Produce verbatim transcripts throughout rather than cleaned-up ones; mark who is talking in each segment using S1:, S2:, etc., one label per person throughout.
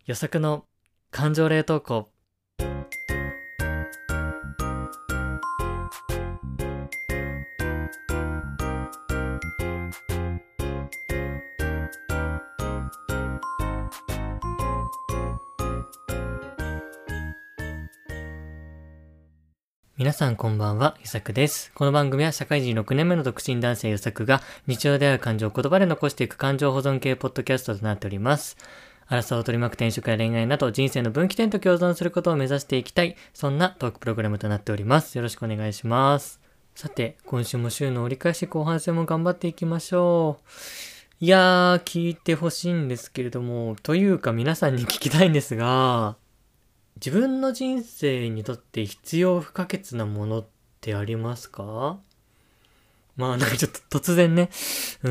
S1: 予測の感情冷凍庫。皆さんこんばんは、ゆさくです。この番組は社会人ろくねんめの独身男性ゆさくが日常である感情を言葉で残していく感情保存系ポッドキャストとなっております。荒さを取り巻く転職や恋愛など人生の分岐点と共存することを目指していきたい、そんなトークプログラムとなっております。よろしくお願いします。さて、今週も週の折り返し後半戦も頑張っていきましょう。いやー、聞いてほしいんですけれども、というか皆さんに聞きたいんですが、自分の人生にとって必要不可欠なものってありますか？まあなんかちょっと突然ね、うん、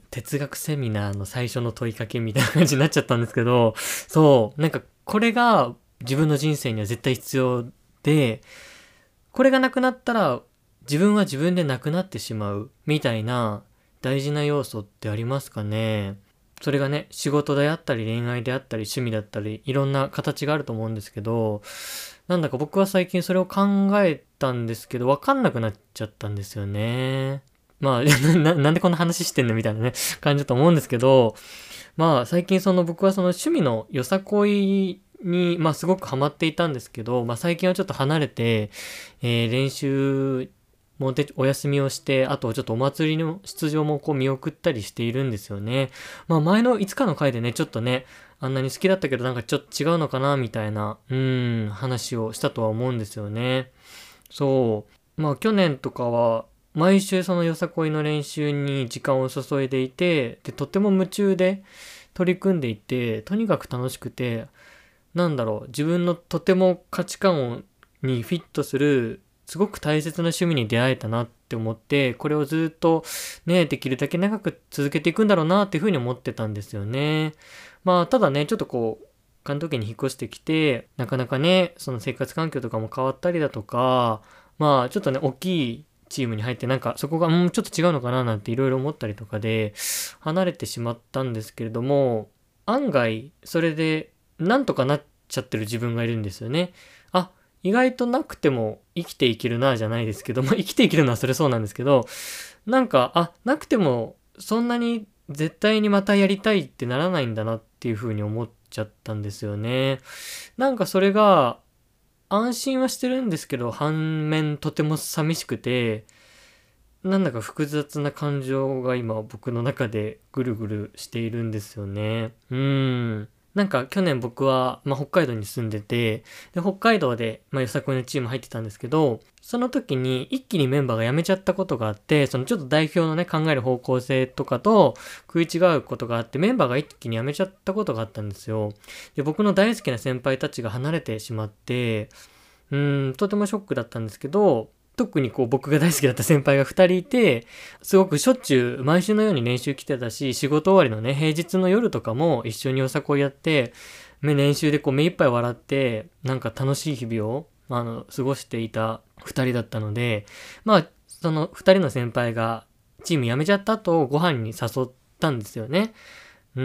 S1: 哲学セミナーの最初の問いかけみたいな感じになっちゃったんですけど、そう、なんかこれが自分の人生には絶対必要で、これがなくなったら自分は自分でなくなってしまうみたいな大事な要素ってありますかね？それがね、仕事であったり恋愛であったり趣味だったりいろんな形があると思うんですけど、なんだか僕は最近それを考えたんですけど、わかんなくなっちゃったんですよね。まあ、な、なんでこんな話してんのみたいなね、感じだと思うんですけど、まあ最近その僕はその趣味のよさこいに、まあすごくハマっていたんですけど、まあ最近はちょっと離れて、えー練習もうでお休みをして、あとちょっとお祭りの出場もこう見送ったりしているんですよね。まあ前のいつかの回でね、ちょっとね、あんなに好きだったけどなんかちょっと違うのかなみたいな、うーん、話をしたとは思うんですよね。そう。まあ去年とかは、毎週そのよさこいの練習に時間を注いでいて、で、とっても夢中で取り組んでいて、とにかく楽しくて、なんだろう、自分のとても価値観にフィットするすごく大切な趣味に出会えたなって思って、これをずっとね、できるだけ長く続けていくんだろうなっていうふうに思ってたんですよね。まあ、ただね、ちょっとこう、関東圏に引っ越してきて、なかなかね、その生活環境とかも変わったりだとか、まあ、ちょっとね、大きいチームに入ってなんかそこが、うん、ちょっと違うのかななんていろいろ思ったりとかで、離れてしまったんですけれども、案外、それで、なんとかなっちゃってる自分がいるんですよね。あ、意外となくても生きていけるなじゃないですけど、まあ生きていけるのはそれそうなんですけど、なんか、あ、なくてもそんなに絶対にまたやりたいってならないんだなっていう風に思っちゃったんですよね。なんかそれが安心はしてるんですけど、反面とても寂しくて、なんだか複雑な感情が今僕の中でぐるぐるしているんですよね。うーん。なんか去年僕は、まあ、北海道に住んでて、で、北海道で、まあ、よさこいのチーム入ってたんですけど、その時に一気にメンバーが辞めちゃったことがあって、そのちょっと代表のね、考える方向性とかと食い違うことがあって、メンバーが一気に辞めちゃったことがあったんですよ。で、僕の大好きな先輩たちが離れてしまって、うーん、とてもショックだったんですけど、特にこう僕が大好きだった先輩が二人いて、すごくしょっちゅう毎週のように練習来てたし、仕事終わりのね、平日の夜とかも一緒によさこいやって、練習でこう目いっぱい笑って、なんか楽しい日々を、あの、過ごしていた二人だったので、まあ、その二人の先輩がチーム辞めちゃった後、ご飯に誘ったんですよね。うん。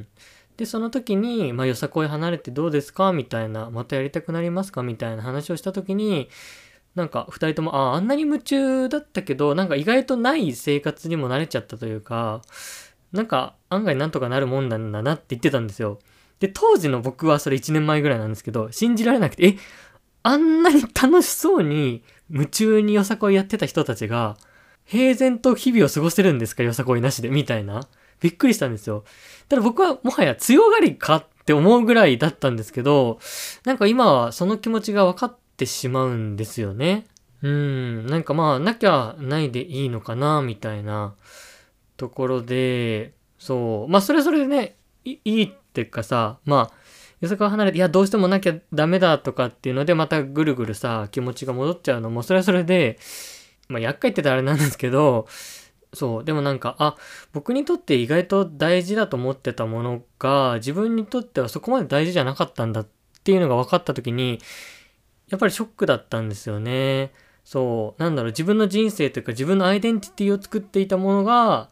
S1: で、その時に、まあ、よさこい離れてどうですかみたいな、またやりたくなりますかみたいな話をした時に、なんか二人とも、ああ、あんなに夢中だったけど、なんか意外とない生活にも慣れちゃったというか、なんか案外なんとかなるもんなんだなって言ってたんですよ。で、当時の僕はそれいちねんまえぐらいなんですけど、信じられなくて、え、あんなに楽しそうに夢中によさこいやってた人たちが、平然と日々を過ごせるんですかよさこいなしでみたいな。びっくりしたんですよ。ただ僕はもはや強がりかって思うぐらいだったんですけど、なんか今はその気持ちが分かってしまうんですよね。うーん、なんかまあ、なきゃないでいいのかな、みたいなところで、そう。まあ、それそれでね、いいいっていうかさ、まあ、よそから離れて、いや、どうしてもなきゃダメだとかっていうので、またぐるぐるさ、気持ちが戻っちゃうのも、それはそれで、まあ、厄介って言ったらあれなんですけど、そう。でもなんか、あ、僕にとって意外と大事だと思ってたものが、自分にとってはそこまで大事じゃなかったんだっていうのが分かった時に、やっぱりショックだったんですよね。そう。なんだろう、自分の人生というか自分のアイデンティティを作っていたものが、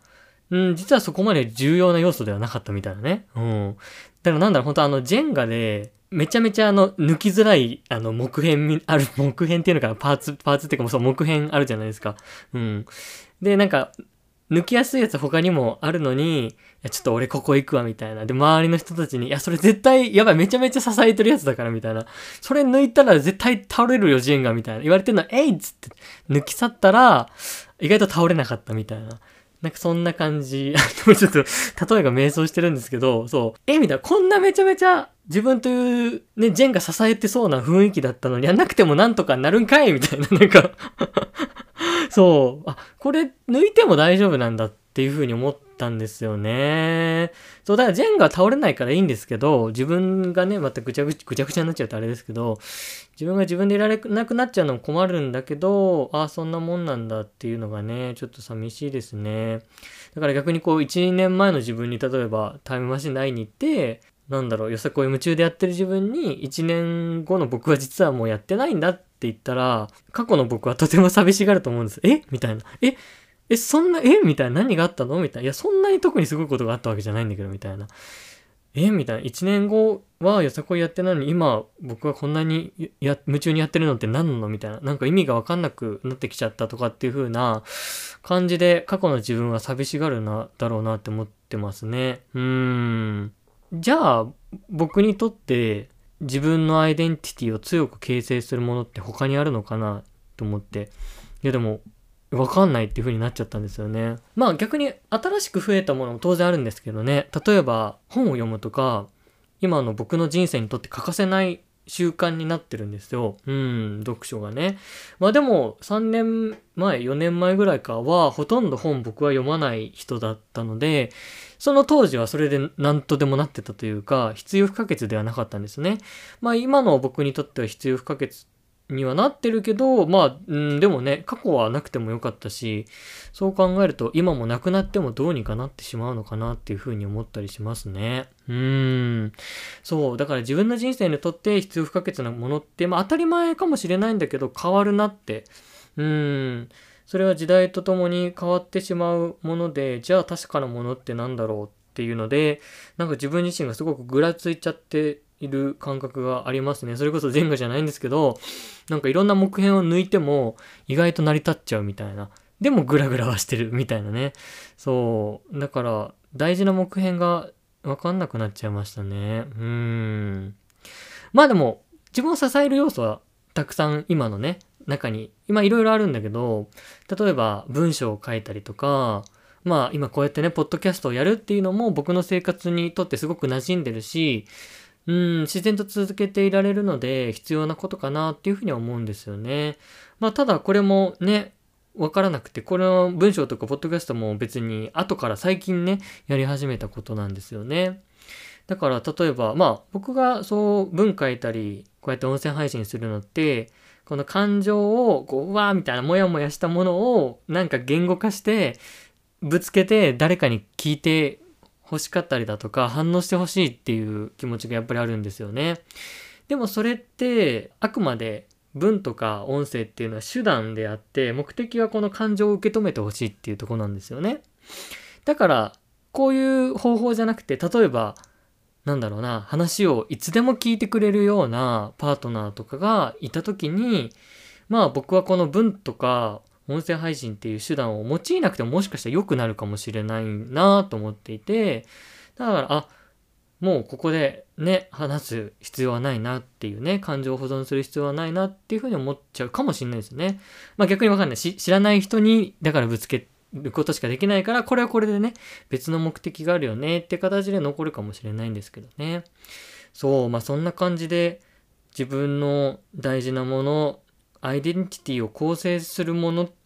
S1: うん、実はそこまで重要な要素ではなかったみたいなね。うん。だからなんだろう、本当あの、ジェンガで、めちゃめちゃあの、抜きづらい、あの、木片み、ある、木片っていうのかな、パーツ、パーツっていうかもうそう、木片あるじゃないですか。うん。で、なんか、抜きやすいやつ他にもあるのに、いや、ちょっと俺ここ行くわ、みたいな。で、周りの人たちに、いや、それ絶対、やばい、めちゃめちゃ支えてるやつだから、みたいな。それ抜いたら絶対倒れるよ、ジェンガ、みたいな。言われてるの、えいっつって、抜き去ったら、意外と倒れなかったみたいな。なんかそんな感じ。ちょっと、例えが迷走してるんですけど、そう。えみたいな、こんなめちゃめちゃ自分というね、ジェンが支えてそうな雰囲気だったのに、やんなくてもなんとかなるんかいみたいな、なんかそう。あ、これ抜いても大丈夫なんだっていう風に思ったんですよね。そう、だからジェンが倒れないからいいんですけど、自分がね、またぐちゃぐちゃ、ぐちゃぐちゃになっちゃうとあれですけど、自分が自分でいられなくなっちゃうのも困るんだけど、ああ、そんなもんなんだっていうのがね、ちょっと寂しいですね。だから逆にこう、いち、にねんまえの自分に例えばタイムマシンないに行って、なんだろう、よさこい夢中でやってる自分に、いちねんごの僕は実はもうやってないんだって言ったら、過去の僕はとても寂しがると思うんです。えみたいな。ええ、そんな、えみたいな。何があったのみたいな。いや、そんなに特にすごいことがあったわけじゃないんだけど、みたいな。えみたいな。いちねんごはよさこいやってないのに、今僕はこんなにや、夢中にやってるのって何なのみたいな。なんか意味がわかんなくなってきちゃったとかっていう風な感じで、過去の自分は寂しがるな、だろうなって思ってますね。うーん。じゃあ、僕にとって自分のアイデンティティを強く形成するものって他にあるのかなと思って。いやでも、わかんないっていう風になっちゃったんですよね。まあ逆に新しく増えたものも当然あるんですけどね。例えば本を読むとか、今の僕の人生にとって欠かせない習慣になってるんですよ。うん、読書がね。まあでもさんねんまえ、よねんまえぐらいかはほとんど本僕は読まない人だったので、その当時はそれで何とでもなってたというか、必要不可欠ではなかったんですね。まあ今の僕にとっては必要不可欠にはなってるけど、まあ、うん、でもね、過去はなくてもよかったし、そう考えると今もなくなってもどうにかなってしまうのかなっていうふうに思ったりしますね。うーん。そう、だから自分の人生にとって必要不可欠なものって、まあ当たり前かもしれないんだけど変わるなって。うーん。それは時代とともに変わってしまうもので、じゃあ確かなものってなんだろうっていうので、なんか自分自身がすごくぐらついちゃっている感覚がありますね。それこそ前後じゃないんですけど、なんかいろんな木片を抜いても意外と成り立っちゃうみたいな。でもグラグラはしてるみたいなね。そう。だから大事な木片がわかんなくなっちゃいましたね。うーん。まあでも自分を支える要素はたくさん今のね、中に、今いろいろあるんだけど、例えば文章を書いたりとか、まあ今こうやってね、ポッドキャストをやるっていうのも僕の生活にとってすごく馴染んでるし、うん、自然と続けていられるので必要なことかなっていうふうには思うんですよね。まあただこれもね、わからなくて、この文章とかポッドキャストも別に後から最近ね、やり始めたことなんですよね。だから例えば、まあ僕がそう文書いたり、こうやって音声配信するのって、この感情をこう、うわーみたいなモヤモヤしたものをなんか言語化してぶつけて誰かに聞いて欲しかったりだとか反応してほしいっていう気持ちがやっぱりあるんですよね。でもそれってあくまで文とか音声っていうのは手段であって目的はこの感情を受け止めてほしいっていうところなんですよね。だからこういう方法じゃなくて例えばなんだろうな話をいつでも聞いてくれるようなパートナーとかがいた時にまあ僕はこの文とか音声配信っていう手段を用いなくてももしかしたら良くなるかもしれないなと思っていて、だからあもうここでね話す必要はないなっていうね感情を保存する必要はないなっていうふうに思っちゃうかもしれないですね。まあ逆にわかんないし知らない人にだからぶつけることしかできないからこれはこれでね別の目的があるよねって形で残るかもしれないんですけどね。そうまあそんな感じで自分の大事なものアイデンティティを構成するものって、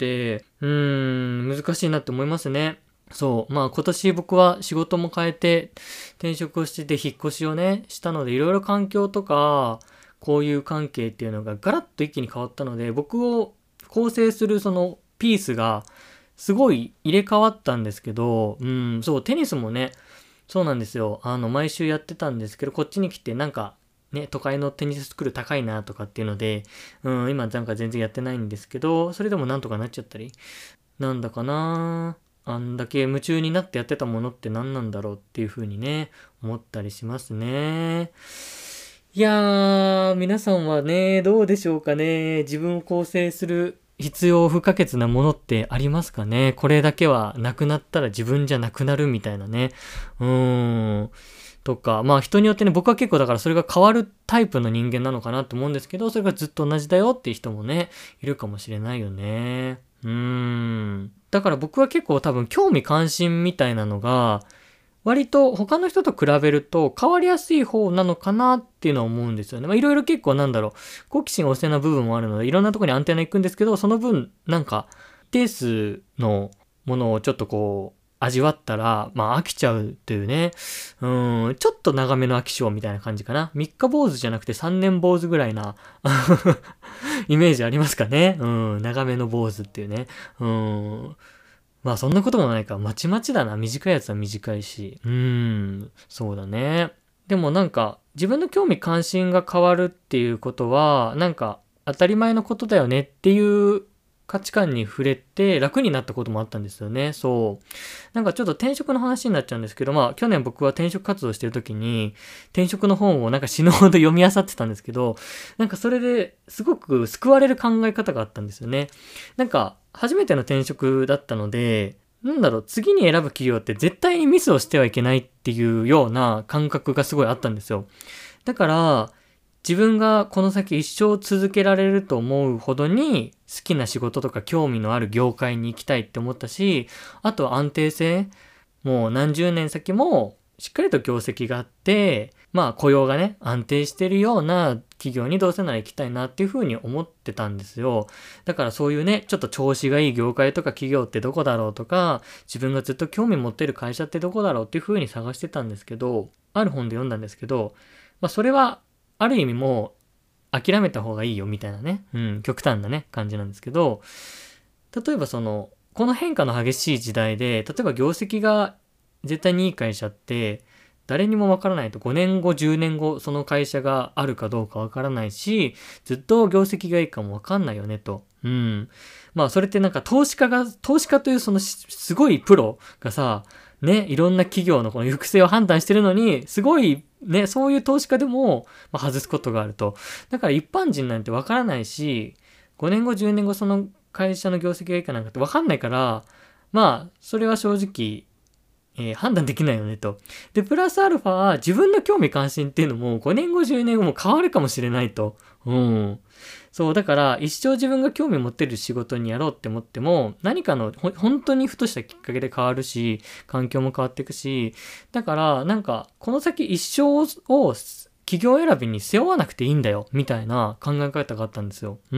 S1: うーん、難しいなって思いますね。そう。まあ今年僕は仕事も変えて転職をしてて引っ越しをね、したのでいろいろ環境とか交友関係っていうのがガラッと一気に変わったので、僕を構成するそのピースがすごい入れ替わったんですけど、うん、そう、テニスもね、そうなんですよ。あの、毎週やってたんですけど、こっちに来てなんか、ね、都会のテニススクール高いなとかっていうので、うん、今なんか全然やってないんですけど、それでもなんとかなっちゃったり、なんだかなあんだけ夢中になってやってたものって何なんだろうっていう風にね、思ったりしますね。いやー、皆さんはね、どうでしょうかね。自分を構成する必要不可欠なものってありますかね。これだけはなくなったら自分じゃなくなるみたいなね。うーん。とか、まあ人によってね、僕は結構だからそれが変わるタイプの人間なのかなと思うんですけど、それがずっと同じだよっていう人もね、いるかもしれないよね。うーん。だから僕は結構多分興味関心みたいなのが、割と他の人と比べると変わりやすい方なのかなっていうのは思うんですよね。まあいろいろ結構なんだろう、好奇心旺盛な部分もあるので、いろんなところにアンテナ行くんですけど、その分、なんか、一定数のものをちょっとこう、味わったら、まあ飽きちゃうというね。うーん、ちょっと長めの飽き性みたいな感じかな。三日坊主じゃなくて三年坊主ぐらいなイメージありますかね。うん、長めの坊主っていうね。うん。まあそんなこともないか。まちまちだな。短いやつは短いし。うーん、そうだね。でもなんか、自分の興味関心が変わるっていうことは、なんか当たり前のことだよねっていう価値観に触れて楽になったこともあったんですよね。そう。なんかちょっと転職の話になっちゃうんですけど、まあ去年僕は転職活動してる時に、転職の本をなんか死ぬほど読み漁ってたんですけど、なんかそれですごく救われる考え方があったんですよね。なんか初めての転職だったので、なんだろう、次に選ぶ企業って絶対にミスをしてはいけないっていうような感覚がすごいあったんですよ。だから、自分がこの先一生続けられると思うほどに好きな仕事とか興味のある業界に行きたいって思ったし、あと安定性、もう何十年先もしっかりと業績があって、まあ雇用がね、安定してるような企業にどうせなら行きたいなっていうふうに思ってたんですよ。だからそういうね、ちょっと調子がいい業界とか企業ってどこだろうとか、自分がずっと興味持ってる会社ってどこだろうっていうふうに探してたんですけど、ある本で読んだんですけど、まあそれはある意味もう諦めた方がいいよみたいなね、うん、極端なね、感じなんですけど、例えばその、この変化の激しい時代で、例えば業績が絶対にいい会社って、誰にもわからないと、ごねんご、じゅうねんご、その会社があるかどうかわからないし、ずっと業績がいいかもわかんないよねと。うん。まあそれってなんか投資家が、投資家というそのすごいプロがさ、ね、いろんな企業のこの行く末を判断してるのに、すごいね、そういう投資家でも、まあ、外すことがあると。だから一般人なんてわからないし、ごねんご、じゅうねんごその会社の業績がいいかなんかってわかんないから、まあ、それは正直、えー、判断できないよねと。で、プラスアルファ、自分の興味関心っていうのもごねんご、じゅうねんごも変わるかもしれないと。うん。そう、だから一生自分が興味持ってる仕事にやろうって思っても、何かのほ本当にふとしたきっかけで変わるし、環境も変わっていくし、だからなんか、この先一生を企業選びに背負わなくていいんだよ、みたいな考え方があったんですよ。うん。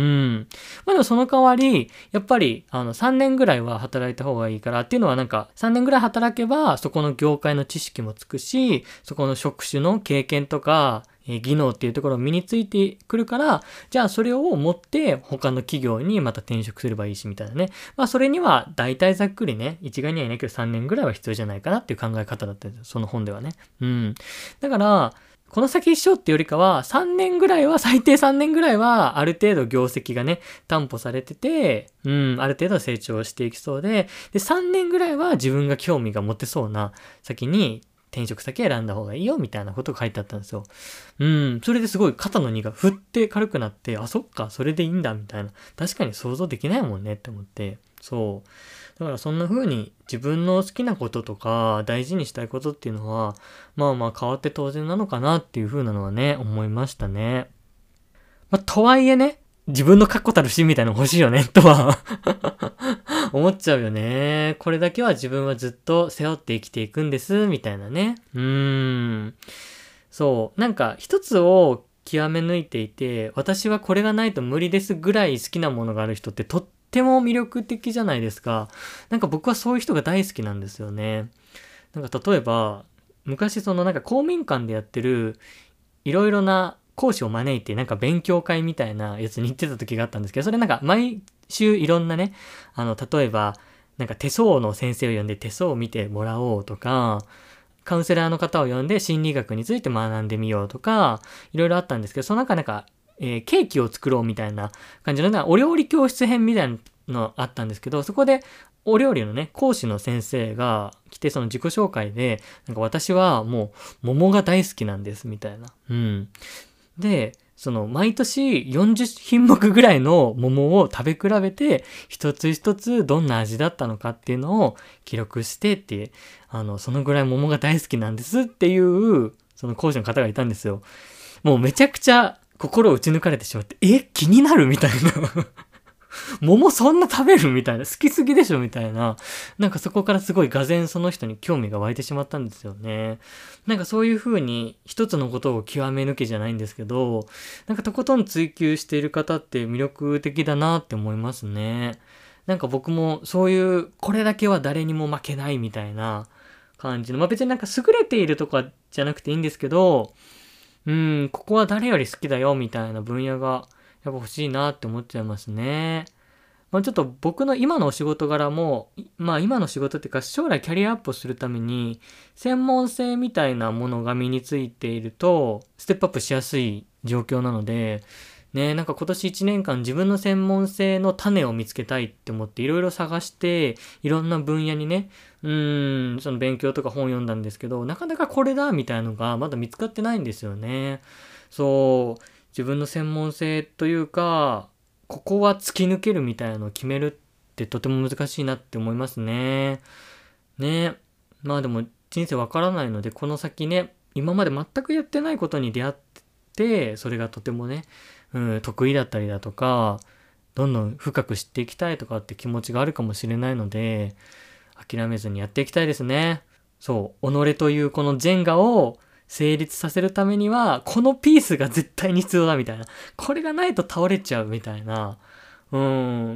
S1: まあでもその代わり、やっぱり、あの、さんねんぐらいは働いた方がいいからっていうのはなんか、さんねんぐらい働けば、そこの業界の知識もつくし、そこの職種の経験とか、えー、技能っていうところを身についてくるから、じゃあそれを持って他の企業にまた転職すればいいしみたいなね。まあそれには大体ざっくりね、一概にはいないけどさんねんぐらいは必要じゃないかなっていう考え方だったんですよ。その本ではね。うん。だから、この先一生ってよりかは、さんねんぐらいは、最低さんねんぐらいは、ある程度業績がね、担保されてて、うん、ある程度成長していきそうで、で、さんねんぐらいは自分が興味が持てそうな先に転職先選んだ方がいいよ、みたいなことが書いてあったんですよ。うん、それですごい肩の荷が振って軽くなって、あ、そっか、それでいいんだ、みたいな。確かに想像できないもんね、って思って。そう。だからそんな風に自分の好きなこととか大事にしたいことっていうのはまあまあ変わって当然なのかなっていう風なのはね思いましたね。まあとはいえね自分の確固たる芯みたいなの欲しいよねとは思っちゃうよね。これだけは自分はずっと背負って生きていくんですみたいなね。うーん。そうなんか一つを極め抜いていて私はこれがないと無理ですぐらい好きなものがある人ってとってとっても魅力的じゃないですか。なんか僕はそういう人が大好きなんですよね。なんか例えば、昔そのなんか公民館でやってるいろいろな講師を招いてなんか勉強会みたいなやつに行ってた時があったんですけど、それなんか毎週いろんなね、あの、例えばなんか手相の先生を呼んで手相を見てもらおうとか、カウンセラーの方を呼んで心理学について学んでみようとか、いろいろあったんですけど、その中なんか、えー、ケーキを作ろうみたいな感じの、お料理教室編みたいなのあったんですけど、そこでお料理のね、講師の先生が来て、その自己紹介で、なんか私はもう桃が大好きなんです、みたいな。うん。で、その毎年よんじゅっひんもくぐらいの桃を食べ比べて、一つ一つどんな味だったのかっていうのを記録してって、あの、そのぐらい桃が大好きなんですっていう、その講師の方がいたんですよ。もうめちゃくちゃ心を打ち抜かれてしまって、え、気になるみたいな。桃そんな食べるみたいな。好きすぎでしょみたいな。なんかそこからすごい俄然その人に興味が湧いてしまったんですよね。なんかそういう風に一つのことを極め抜けじゃないんですけど、なんかとことん追求している方って魅力的だなって思いますね。なんか僕もそういうこれだけは誰にも負けないみたいな感じの、まあ別になんか優れているとかじゃなくていいんですけど、うん、ここは誰より好きだよみたいな分野がやっぱ欲しいなって思っちゃいますね。まあちょっと僕の今のお仕事柄も、まあ今の仕事っていうか将来キャリアアップをするために専門性みたいなものが身についているとステップアップしやすい状況なので、ね、なんか今年いちねんかん自分の専門性の種を見つけたいって思っていろいろ探して、いろんな分野にね、うーん、その勉強とか本読んだんですけど、なかなかこれだみたいなのがまだ見つかってないんですよね。そう、自分の専門性というか、ここは突き抜けるみたいなのを決めるってとても難しいなって思いますね。ね、まあでも人生わからないので、この先ね、今まで全くやってないことに出会って、それがとてもね、うん、得意だったりだとか、どんどん深く知っていきたいとかって気持ちがあるかもしれないので、諦めずにやっていきたいですね。そう、己というこのジェンガを成立させるためには、このピースが絶対に必要だみたいな。これがないと倒れちゃうみたいな、うん、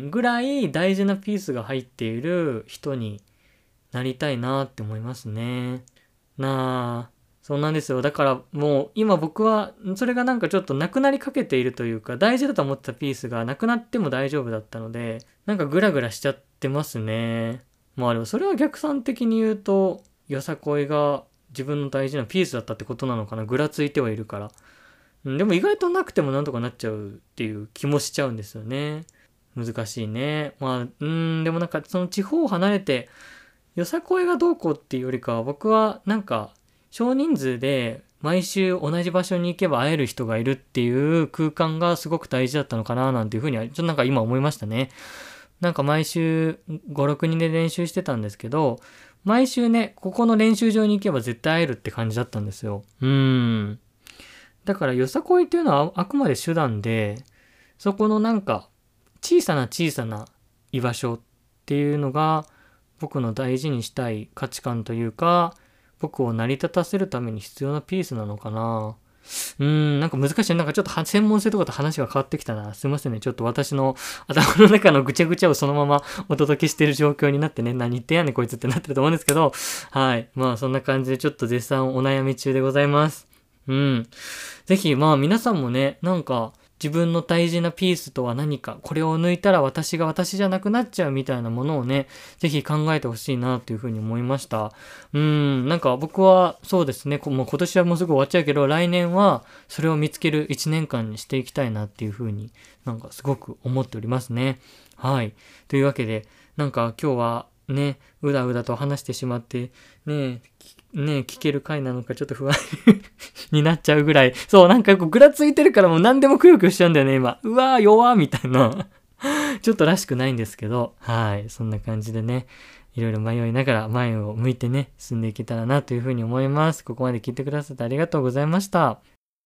S1: ぐらい大事なピースが入っている人になりたいなって思いますね。なあ。そうなんですよ。だからもう今僕はそれがなんかちょっとなくなりかけているというか、大事だと思ってたピースがなくなっても大丈夫だったので、なんかグラグラしちゃってますね。まあでもそれは逆算的に言うと、よさこいが自分の大事なピースだったってことなのかな。ぐらついてはいるから。うん、でも意外となくてもなんとかなっちゃうっていう気もしちゃうんですよね。難しいね。まあ、うーん、でもなんかその地方を離れて、よさこいがどうこうっていうよりかは、僕はなんか少人数で毎週同じ場所に行けば会える人がいるっていう空間がすごく大事だったのかななんていうふうにはちょっとなんか今思いましたね。なんか毎週ご、ろくにんで練習してたんですけど、毎週ね、ここの練習場に行けば絶対会えるって感じだったんですよ。うーん。だからよさこいっていうのはあくまで手段で、そこのなんか小さな小さな居場所っていうのが僕の大事にしたい価値観というか、僕を成り立たせるために必要なピースなのかな。うーん、なんか難しい。なんかちょっと専門性とかと話が変わってきたな。すいませんね。ちょっと私の頭の中のぐちゃぐちゃをそのままお届けしている状況になってね、何言ってんやねんこいつってなってると思うんですけど、はい。まあそんな感じでちょっと絶賛お悩み中でございます。うん。ぜひまあ皆さんもね、なんか自分の大事なピースとは何か、これを抜いたら私が私じゃなくなっちゃうみたいなものをね、ぜひ考えてほしいなというふうに思いました。うーん、なんか僕はそうですね、もう今年はもうすぐ終わっちゃうけど、来年はそれを見つけるいちねんかんにしていきたいなっていうふうになんかすごく思っておりますね。はい。というわけで、なんか今日はね、うだうだと話してしまって、ね、ね、聞ける回なのかちょっと不安になっちゃうぐらい、そう、なんかこうぐらついてるからもう何でもくよくよしちゃうんだよね、今。うわー、弱ーみたいな。ちょっとらしくないんですけど、はい、そんな感じでね、いろいろ迷いながら前を向いてね、進んでいけたらなというふうに思います。ここまで聞いてくださってありがとうございました。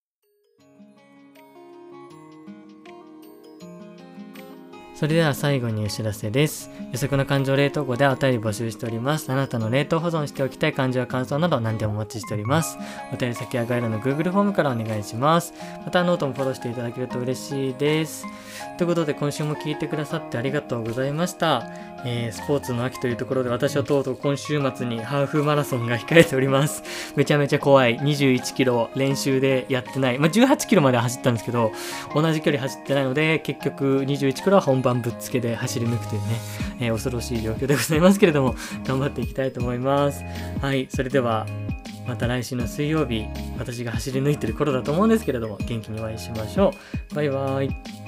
S1: それでは最後にお知らせです。予測の感情冷凍庫でお便り募集しております。あなたの冷凍保存しておきたい感情や感想など何でもお待ちしております。お便り先は概要欄の Google フォームからお願いします。またノートもフォローしていただけると嬉しいです。ということで今週も聞いてくださってありがとうございました。えー、スポーツの秋というところで私はとうとう今週末にハーフマラソンが控えております。めちゃめちゃ怖い。にじゅういちキロ練習でやってない。まあ、じゅうはちキロまで走ったんですけど、同じ距離走ってないので、結局にじゅういちキロは本番ぶっつけで走り抜くというね、えー、恐ろしい状況でございますけれども、頑張っていきたいと思います。はい、それではまた来週の水曜日、私が走り抜いてる頃だと思うんですけれども、元気にお会いしましょう。バイバーイ。